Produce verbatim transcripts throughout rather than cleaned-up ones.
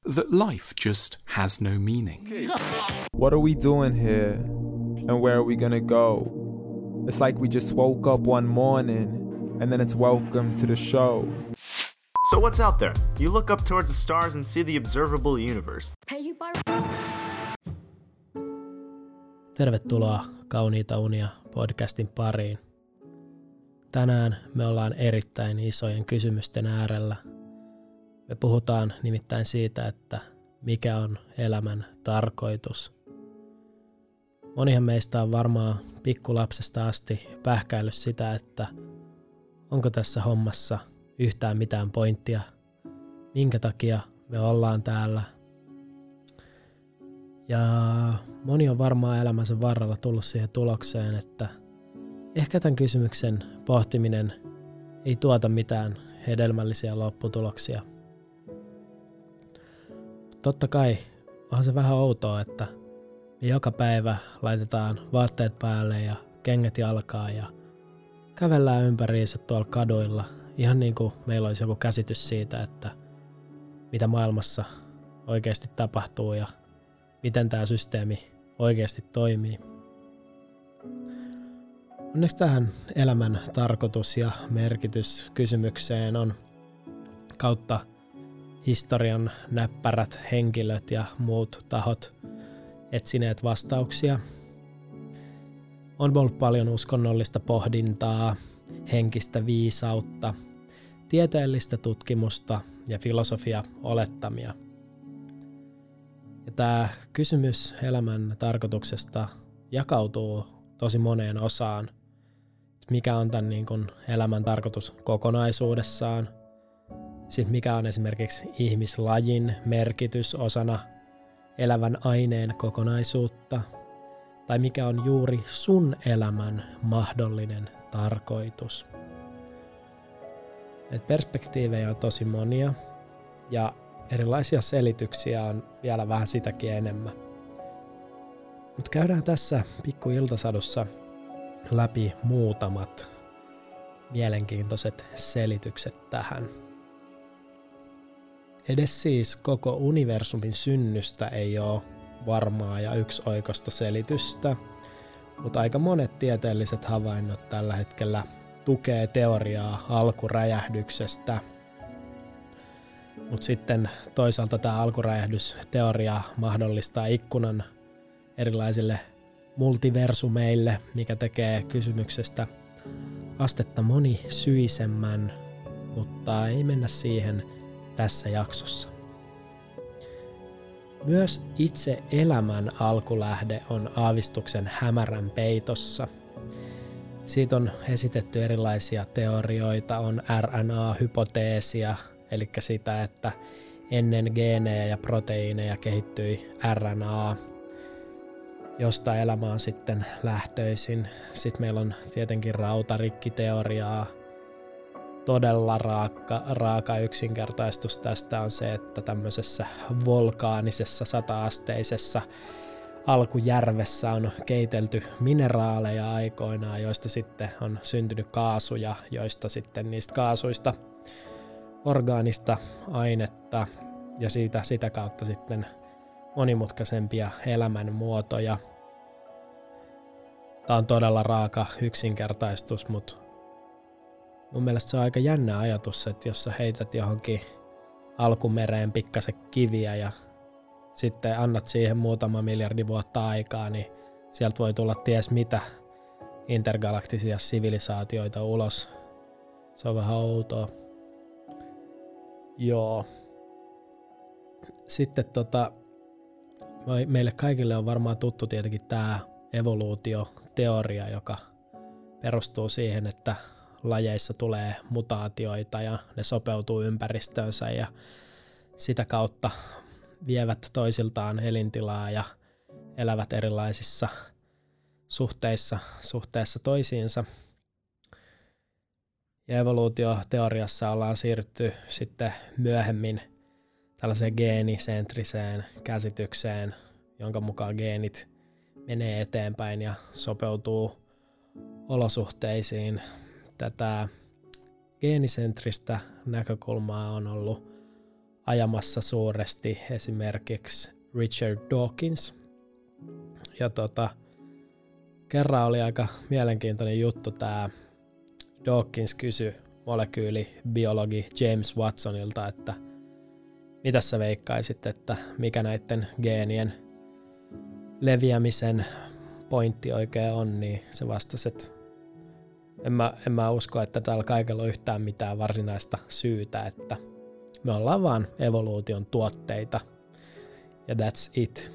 that life just has no meaning. What are we doing here? And where are we gonna go? It's like we just woke up one morning and then it's welcome to the show. So what's out there? You look up towards the stars and see the observable universe. Tervetuloa Kauniita unia podcastin pariin. Tänään me ollaan erittäin isojen kysymysten äärellä. Me puhutaan nimittäin siitä, että mikä on elämän tarkoitus. Monihan meistä on varmaan pikkulapsesta asti pähkäillyt sitä, että onko tässä hommassa yhtään mitään pointtia, minkä takia me ollaan täällä. Ja moni on varmaan elämänsä varrella tullut siihen tulokseen, että ehkä tämän kysymyksen pohtiminen ei tuota mitään hedelmällisiä lopputuloksia. Totta kai onhan se vähän outoa, että me joka päivä laitetaan vaatteet päälle ja kengät jalkaan ja kävellään ympäriinsä tuolla kaduilla, ihan niin kuin meillä olisi joku käsitys siitä, että mitä maailmassa oikeasti tapahtuu ja miten tämä systeemi oikeasti toimii. Onneksi tähän elämän tarkoitus ja merkitys kysymykseen on kautta historian näppärät henkilöt ja muut tahot etsineet vastauksia. On ollut paljon uskonnollista pohdintaa, henkistä viisautta, tieteellistä tutkimusta ja filosofia-olettamia. Ja tämä kysymys elämän tarkoituksesta jakautuu tosi moneen osaan. Mikä on tämän niin kuin elämän tarkoitus kokonaisuudessaan? Sitten mikä on esimerkiksi ihmislajin merkitys osana elävän aineen kokonaisuutta? Tai mikä on juuri sun elämän mahdollinen tarkoitus? Et perspektiivejä on tosi monia ja erilaisia selityksiä on vielä vähän sitäkin enemmän. Mutta käydään tässä pikku iltasadussa läpi muutamat mielenkiintoiset selitykset tähän. Edes siis koko universumin synnystä ei ole varmaa ja yksioikoista selitystä, mutta aika monet tieteelliset havainnot tällä hetkellä tukee teoriaa alkuräjähdyksestä. Mutta sitten toisaalta tämä alkuräjähdysteoria mahdollistaa ikkunan erilaisille multiversumeille, mikä tekee kysymyksestä astetta monisyisemmän, mutta ei mennä siihen tässä jaksossa. Myös itse elämän alkulähde on aavistuksen hämärän peitossa. Siitä on esitetty erilaisia teorioita, on R N A-hypoteesia, eli sitä, että ennen geenejä ja proteiineja kehittyi R N A, josta elämä on sitten lähtöisin. Sitten meillä on tietenkin rautarikkiteoriaa. Todella raaka, raaka yksinkertaistus tästä on se, että tämmöisessä volkaanisessa sata-asteisessa alkujärvessä on keitelty mineraaleja aikoinaan, joista sitten on syntynyt kaasuja, joista sitten niistä kaasuista orgaanista ainetta ja siitä sitä kautta sitten monimutkaisempia elämänmuotoja. Tämä on todella raaka yksinkertaistus, mutta mun mielestä se on aika jännä ajatus, että jos sä heität johonkin alkumereen pikkasen kiviä ja sitten annat siihen muutama miljardi vuotta aikaa, niin sieltä voi tulla ties mitä intergalaktisia sivilisaatioita ulos. Se on vähän outoa. Joo. Sitten tota, meille kaikille on varmaan tuttu tietenkin tämä evoluutioteoria, joka perustuu siihen, että lajeissa tulee mutaatioita ja ne sopeutuu ympäristöönsä ja sitä kautta vievät toisiltaan elintilaa ja elävät erilaisissa suhteissa, suhteessa toisiinsa. Ja evoluutioteoriassa ollaan siirrytty sitten myöhemmin tällaiseen geenisentriseen käsitykseen, jonka mukaan geenit menee eteenpäin ja sopeutuu olosuhteisiin. Tätä geenisentristä näkökulmaa on ollut ajamassa suuresti esimerkiksi Richard Dawkins. Ja tota, kerran oli aika mielenkiintoinen juttu, tämä Dawkins kysyi molekyylibiologi James Watsonilta, että mitä sä veikkaisit, että mikä näiden geenien leviämisen pointti oikein on, niin se vastasi, että en mä, en mä usko, että täällä kaikella on yhtään mitään varsinaista syytä, että me ollaan vaan evoluution tuotteita ja that's it.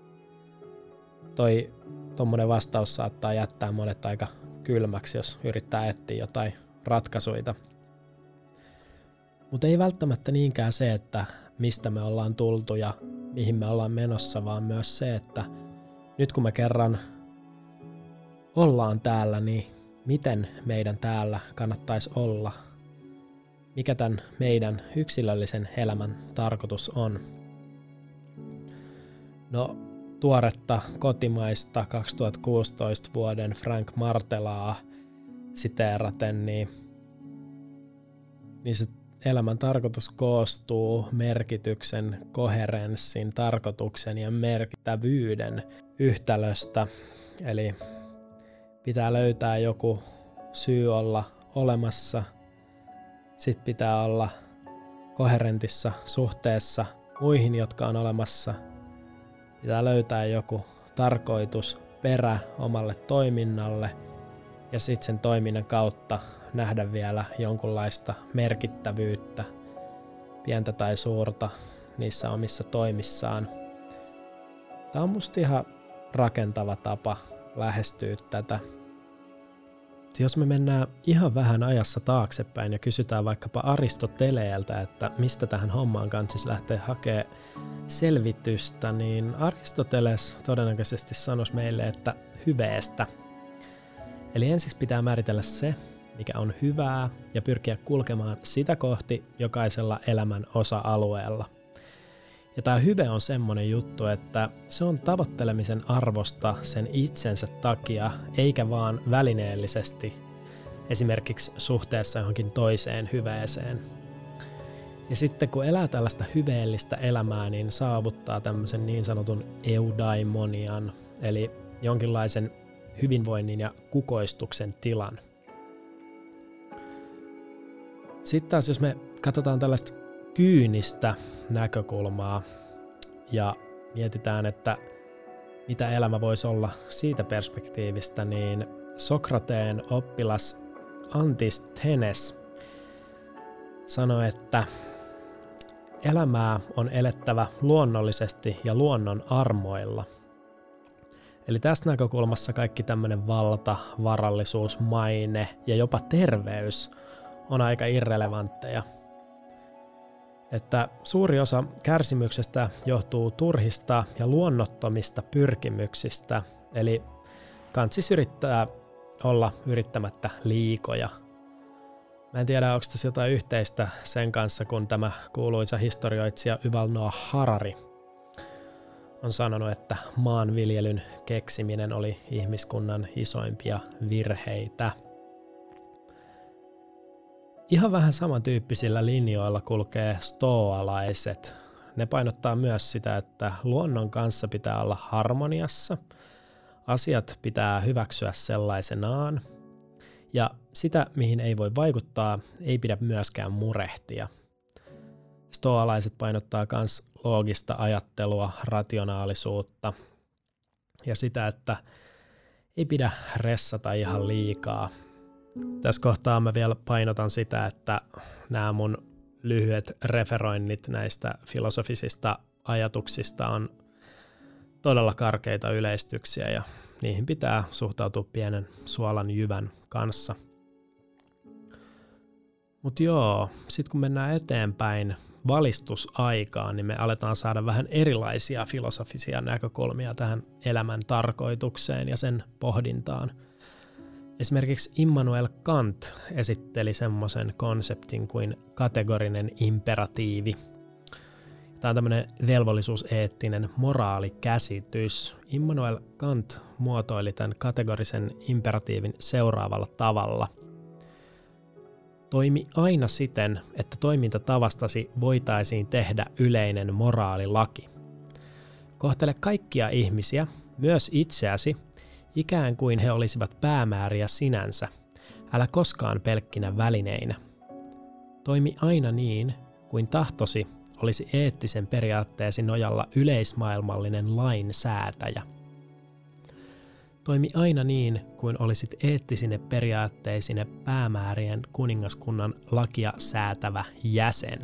Toi tommonen vastaus saattaa jättää monet aika kylmäksi, jos yrittää etsiä jotain ratkaisuita. Mutta ei välttämättä niinkään se, että mistä me ollaan tultu ja mihin me ollaan menossa, vaan myös se, että nyt kun me kerran ollaan täällä, niin miten meidän täällä kannattaisi olla? Mikä tämän meidän yksilöllisen elämän tarkoitus on? No, tuoretta kotimaista kaksituhattakuusitoista vuoden Frank Martelaa siteeraten, niin, niin se elämän tarkoitus koostuu merkityksen, koherenssin, tarkoituksen ja merkittävyyden yhtälöstä. Eli pitää löytää joku syy olla olemassa, sitten pitää olla koherentissa suhteessa muihin, jotka on olemassa. Pitää löytää joku tarkoitus, perä omalle toiminnalle ja sitten sen toiminnan kautta nähdä vielä jonkunlaista merkittävyyttä, pientä tai suurta, niissä omissa toimissaan. Tämä on musta ihan rakentava tapa lähestyä tätä. Jos me mennään ihan vähän ajassa taaksepäin ja kysytään vaikkapa Aristoteleeltä, että mistä tähän hommaan kanssa lähtee hakemaan selvitystä, niin Aristoteles todennäköisesti sanoisi meille, että hyveestä. Eli ensiksi pitää määritellä se, mikä on hyvää, ja pyrkiä kulkemaan sitä kohti jokaisella elämän osa-alueella. Ja tämä hyve on semmoinen juttu, että se on tavoittelemisen arvosta sen itsensä takia, eikä vaan välineellisesti, esimerkiksi suhteessa johonkin toiseen hyveeseen. Ja sitten kun elää tällaista hyveellistä elämää, niin saavuttaa tämmöisen niin sanotun eudaimonian, eli jonkinlaisen hyvinvoinnin ja kukoistuksen tilan. Sitten taas jos me katsotaan tällaista kyynistä näkökulmaa ja mietitään, että mitä elämä voisi olla siitä perspektiivistä, niin Sokrateen oppilas Antisthenes sanoi, että elämää on elettävä luonnollisesti ja luonnon armoilla. Eli tästä näkökulmassa kaikki tämmöinen valta, varallisuus, maine ja jopa terveys on aika irrelevantteja. Että suuri osa kärsimyksestä johtuu turhista ja luonnottomista pyrkimyksistä, eli kantsis yrittää olla yrittämättä liikoja. Mä en tiedä, onko tässä jotain yhteistä sen kanssa, kun tämä kuuluisa historioitsija Yuval Noah Harari on sanonut, että maanviljelyn keksiminen oli ihmiskunnan isoimpia virheitä. Ihan vähän samantyyppisillä linjoilla kulkee stoalaiset. Ne painottaa myös sitä, että luonnon kanssa pitää olla harmoniassa, asiat pitää hyväksyä sellaisenaan, ja sitä, mihin ei voi vaikuttaa, ei pidä myöskään murehtia. Stoalaiset painottaa myös loogista ajattelua, rationaalisuutta ja sitä, että ei pidä ressata ihan liikaa. Tässä kohtaa mä vielä painotan sitä, että nämä mun lyhyet referoinnit näistä filosofisista ajatuksista on todella karkeita yleistyksiä ja niihin pitää suhtautua pienen suolan jyvän kanssa. Mut joo, sit kun mennään eteenpäin valistusaikaan, niin me aletaan saada vähän erilaisia filosofisia näkökulmia tähän elämän tarkoitukseen ja sen pohdintaan. Esimerkiksi Immanuel Kant esitteli semmoisen konseptin kuin kategorinen imperatiivi. Tämä on tämmöinen velvollisuuseettinen moraalikäsitys. Immanuel Kant muotoili tämän kategorisen imperatiivin seuraavalla tavalla. Toimi aina siten, että toimintatavastasi voitaisiin tehdä yleinen moraalilaki. Kohtele kaikkia ihmisiä, myös itseäsi, ikään kuin he olisivat päämääriä sinänsä. Älä koskaan pelkkinä välineinä. Toimi aina niin, kuin tahtosi olisi eettisen periaatteesi nojalla yleismaailmallinen lainsäätäjä. Toimi aina niin, kuin olisit eettisine periaatteisine päämäärien kuningaskunnan lakia säätävä jäsen.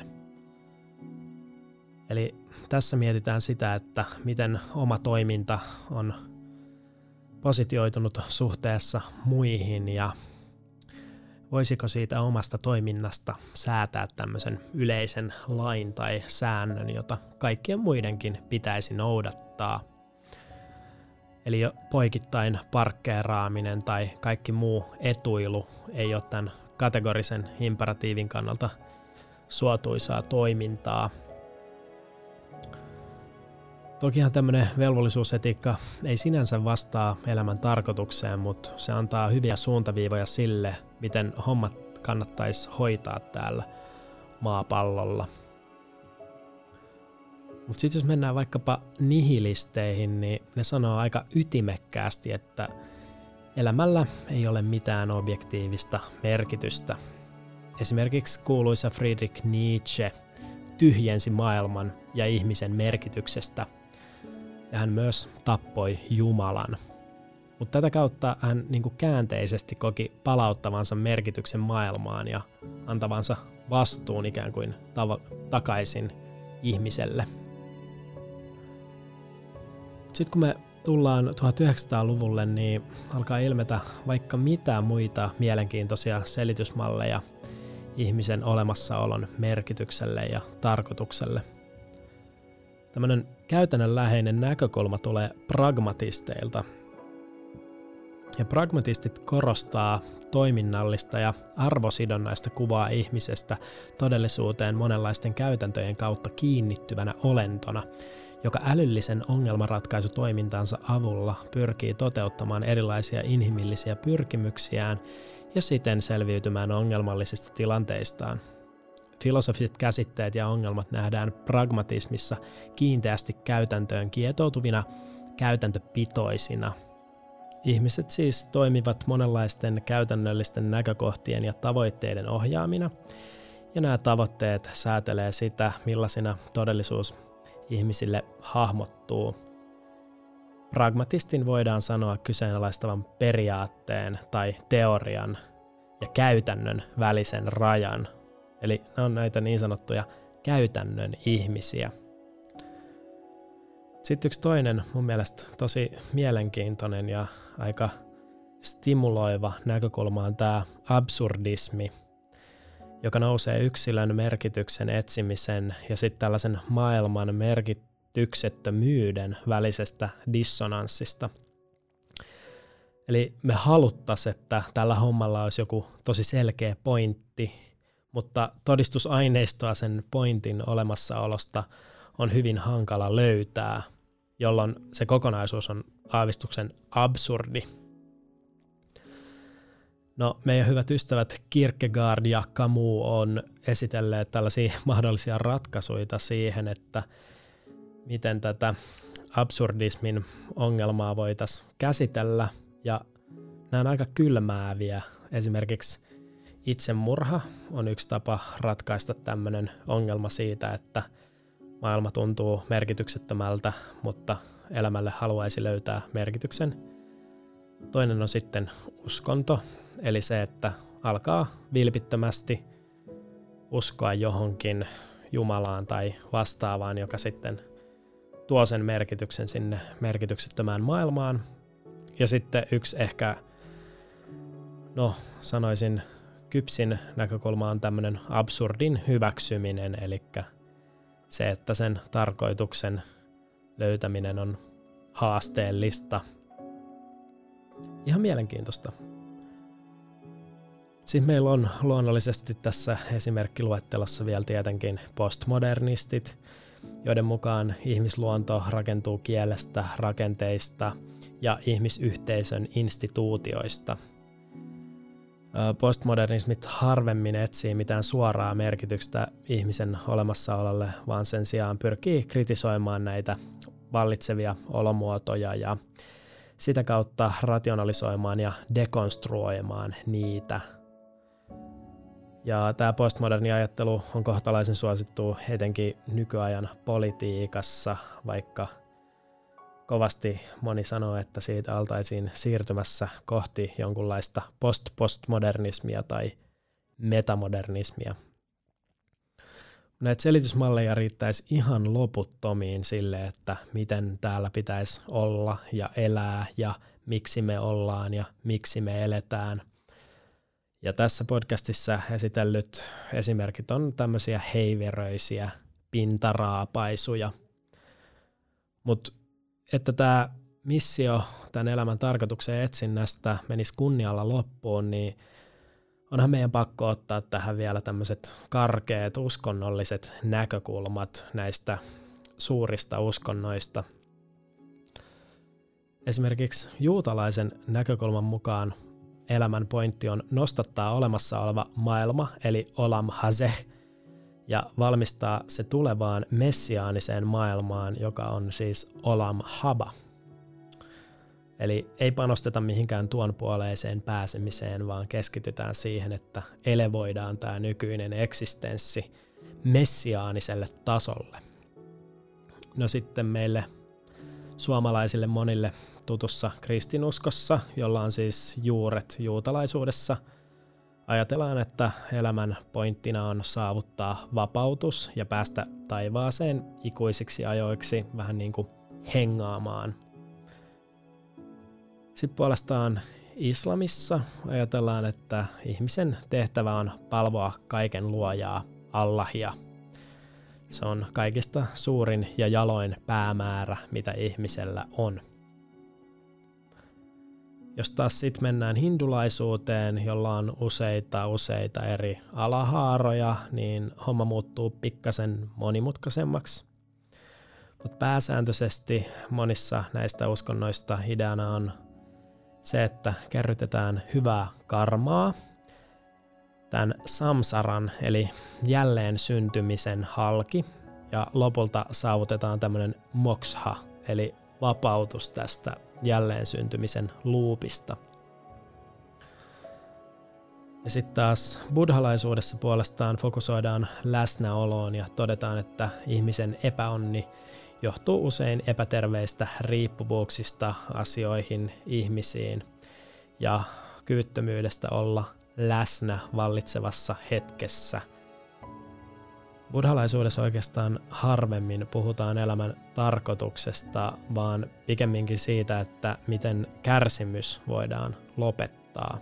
Eli tässä mietitään sitä, että miten oma toiminta on positioitunut suhteessa muihin ja voisiko siitä omasta toiminnasta säätää tämmöisen yleisen lain tai säännön, jota kaikkien muidenkin pitäisi noudattaa. Eli jo poikittain parkkeeraaminen tai kaikki muu etuilu ei ole tämän kategorisen imperatiivin kannalta suotuisaa toimintaa. Tokihan tämmöinen velvollisuusetiikka ei sinänsä vastaa elämän tarkoitukseen, mutta se antaa hyviä suuntaviivoja sille, miten hommat kannattaisi hoitaa täällä maapallolla. Mutta sitten jos mennään vaikkapa nihilisteihin, niin ne sanoo aika ytimekkäästi, että elämällä ei ole mitään objektiivista merkitystä. Esimerkiksi kuuluisa Friedrich Nietzsche tyhjensi maailman ja ihmisen merkityksestä, ja hän myös tappoi Jumalan. Mutta tätä kautta hän niinku käänteisesti koki palauttavansa merkityksen maailmaan ja antavansa vastuun ikään kuin tava- takaisin ihmiselle. Sitten kun me tullaan tuhatyhdeksänsataaluvulle, niin alkaa ilmetä vaikka mitä muita mielenkiintoisia selitysmalleja ihmisen olemassaolon merkitykselle ja tarkoitukselle. Tämmöinen käytännönläheinen näkökulma tulee pragmatisteilta. Ja pragmatistit korostaa toiminnallista ja arvosidonnaista kuvaa ihmisestä todellisuuteen monenlaisten käytäntöjen kautta kiinnittyvänä olentona, joka älyllisen ongelmanratkaisutoimintansa avulla pyrkii toteuttamaan erilaisia inhimillisiä pyrkimyksiään ja siten selviytymään ongelmallisista tilanteistaan. Filosofiset käsitteet ja ongelmat nähdään pragmatismissa kiinteästi käytäntöön kietoutuvina, käytäntöpitoisina. Ihmiset siis toimivat monenlaisten käytännöllisten näkökohtien ja tavoitteiden ohjaamina, ja nämä tavoitteet säätelee sitä, millaisina todellisuus ihmisille hahmottuu. Pragmatistin voidaan sanoa kyseenalaistavan periaatteen tai teorian ja käytännön välisen rajan. Eli ne on näitä niin sanottuja käytännön ihmisiä. Sitten yksi toinen mun mielestä tosi mielenkiintoinen ja aika stimuloiva näkökulma on tämä absurdismi, joka nousee yksilön merkityksen etsimisen ja sitten tällaisen maailman merkityksettömyyden välisestä dissonanssista. Eli me haluttaisiin, että tällä hommalla olisi joku tosi selkeä pointti, mutta todistusaineistoa sen pointin olemassaolosta on hyvin hankala löytää, jolloin se kokonaisuus on aavistuksen absurdi. No, meidän hyvät ystävät Kierkegaard ja Camus on esitelleet tällaisia mahdollisia ratkaisuja siihen, että miten tätä absurdismin ongelmaa voitaisiin käsitellä, ja nämä on aika kylmääviä. Esimerkiksi itsemurha on yksi tapa ratkaista tämmöinen ongelma siitä, että maailma tuntuu merkityksettömältä, mutta elämälle haluaisi löytää merkityksen. Toinen on sitten uskonto, eli se, että alkaa vilpittömästi uskoa johonkin Jumalaan tai vastaavaan, joka sitten tuo sen merkityksen sinne merkityksettömään maailmaan. Ja sitten yksi ehkä, no sanoisin, kypsin näkökulma on tämmöinen absurdin hyväksyminen, eli se, että sen tarkoituksen löytäminen on haasteellista. Ihan mielenkiintoista. Sitten meillä on luonnollisesti tässä esimerkkiluettelossa vielä tietenkin postmodernistit, joiden mukaan ihmisluonto rakentuu kielestä, rakenteista ja ihmisyhteisön instituutioista. Postmodernismit harvemmin etsii mitään suoraa merkitystä ihmisen olemassaololle, vaan sen sijaan pyrkii kritisoimaan näitä vallitsevia olomuotoja ja sitä kautta rationalisoimaan ja dekonstruoimaan niitä. Ja tämä postmoderni ajattelu on kohtalaisen suosittu etenkin nykyajan politiikassa, vaikka kovasti moni sanoo, että siitä oltaisiin siirtymässä kohti jonkunlaista post-postmodernismia tai metamodernismia. Näitä selitysmalleja riittäisi ihan loputtomiin sille, että miten täällä pitäisi olla ja elää ja miksi me ollaan ja miksi me eletään. Ja tässä podcastissa esitellyt esimerkit on tämmöisiä heiveröisiä pintaraapaisuja. Mutta että tämä missio tämän elämän tarkoituksen etsinnästä menisi kunnialla loppuun, niin onhan meidän pakko ottaa tähän vielä tämmöiset karkeat uskonnolliset näkökulmat näistä suurista uskonnoista. Esimerkiksi juutalaisen näkökulman mukaan elämän pointti on nostattaa olemassa oleva maailma, eli olam hazeh, ja valmistaa se tulevaan messiaaniseen maailmaan, joka on siis olam haba. Eli ei panosteta mihinkään tuon puoleiseen pääsemiseen, vaan keskitytään siihen, että elevoidaan tämä nykyinen eksistenssi messiaaniselle tasolle. No sitten meille suomalaisille monille tutussa kristinuskossa, jolla on siis juuret juutalaisuudessa, ajatellaan, että elämän pointtina on saavuttaa vapautus ja päästä taivaaseen ikuisiksi ajoiksi vähän niin kuin hengaamaan. Sitten puolestaan islamissa ajatellaan, että ihmisen tehtävä on palvoa kaiken luojaa Allahia. Se on kaikista suurin ja jaloin päämäärä, mitä ihmisellä on. Jos taas sitten mennään hindulaisuuteen, jolla on useita useita eri alahaaroja, niin homma muuttuu pikkasen monimutkaisemmaksi. Mutta pääsääntöisesti monissa näistä uskonnoista ideana on se, että kerrytetään hyvää karmaa, tämän samsaran eli jälleen syntymisen halki, ja lopulta saavutetaan tämmöinen moksha eli vapautus tästä jälleen syntymisen luupista. Ja sitten taas buddhalaisuudessa puolestaan fokusoidaan läsnäoloon ja todetaan, että ihmisen epäonni johtuu usein epäterveistä riippuvuuksista asioihin, ihmisiin ja kyvyttömyydestä olla läsnä vallitsevassa hetkessä. Buddhalaisuudessa oikeastaan harvemmin puhutaan elämän tarkoituksesta, vaan pikemminkin siitä, että miten kärsimys voidaan lopettaa.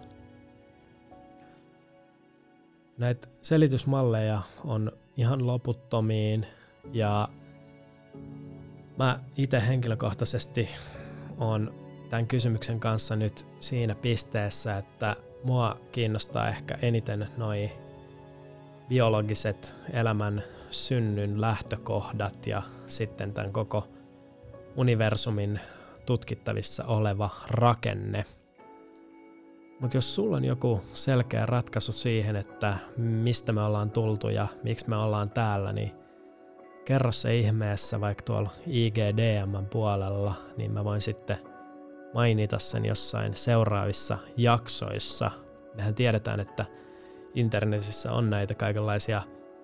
Näitä selitysmalleja on ihan loputtomiin ja mä itse henkilökohtaisesti on tämän kysymyksen kanssa nyt siinä pisteessä, että mua kiinnostaa ehkä eniten noi biologiset elämän synnyn lähtökohdat ja sitten tämän koko universumin tutkittavissa oleva rakenne. Mutta jos sulla on joku selkeä ratkaisu siihen, että mistä me ollaan tultu ja miksi me ollaan täällä, niin kerro se ihmeessä vaikka tuolla I G D M:n puolella, niin mä voin sitten mainita sen jossain seuraavissa jaksoissa. Mehän tiedetään, että internetissä on näitä kaikenlaisia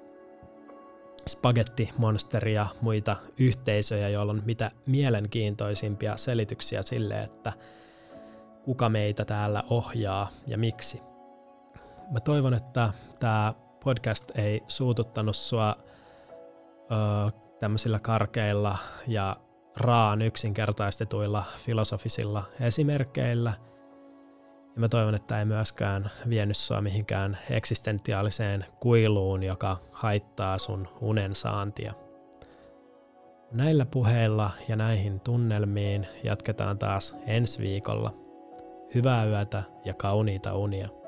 spagettimonsteria ja muita yhteisöjä, joilla on mitä mielenkiintoisimpia selityksiä sille, että kuka meitä täällä ohjaa ja miksi. Mä toivon, että tämä podcast ei suututtanut sua ö, tämmöisillä karkeilla ja raan yksinkertaistetuilla filosofisilla esimerkkeillä. Ja mä toivon, että ei myöskään vienyt sua mihinkään eksistentiaaliseen kuiluun, joka haittaa sun unen saantia. Näillä puheilla ja näihin tunnelmiin jatketaan taas ensi viikolla. Hyvää yötä ja kauniita unia.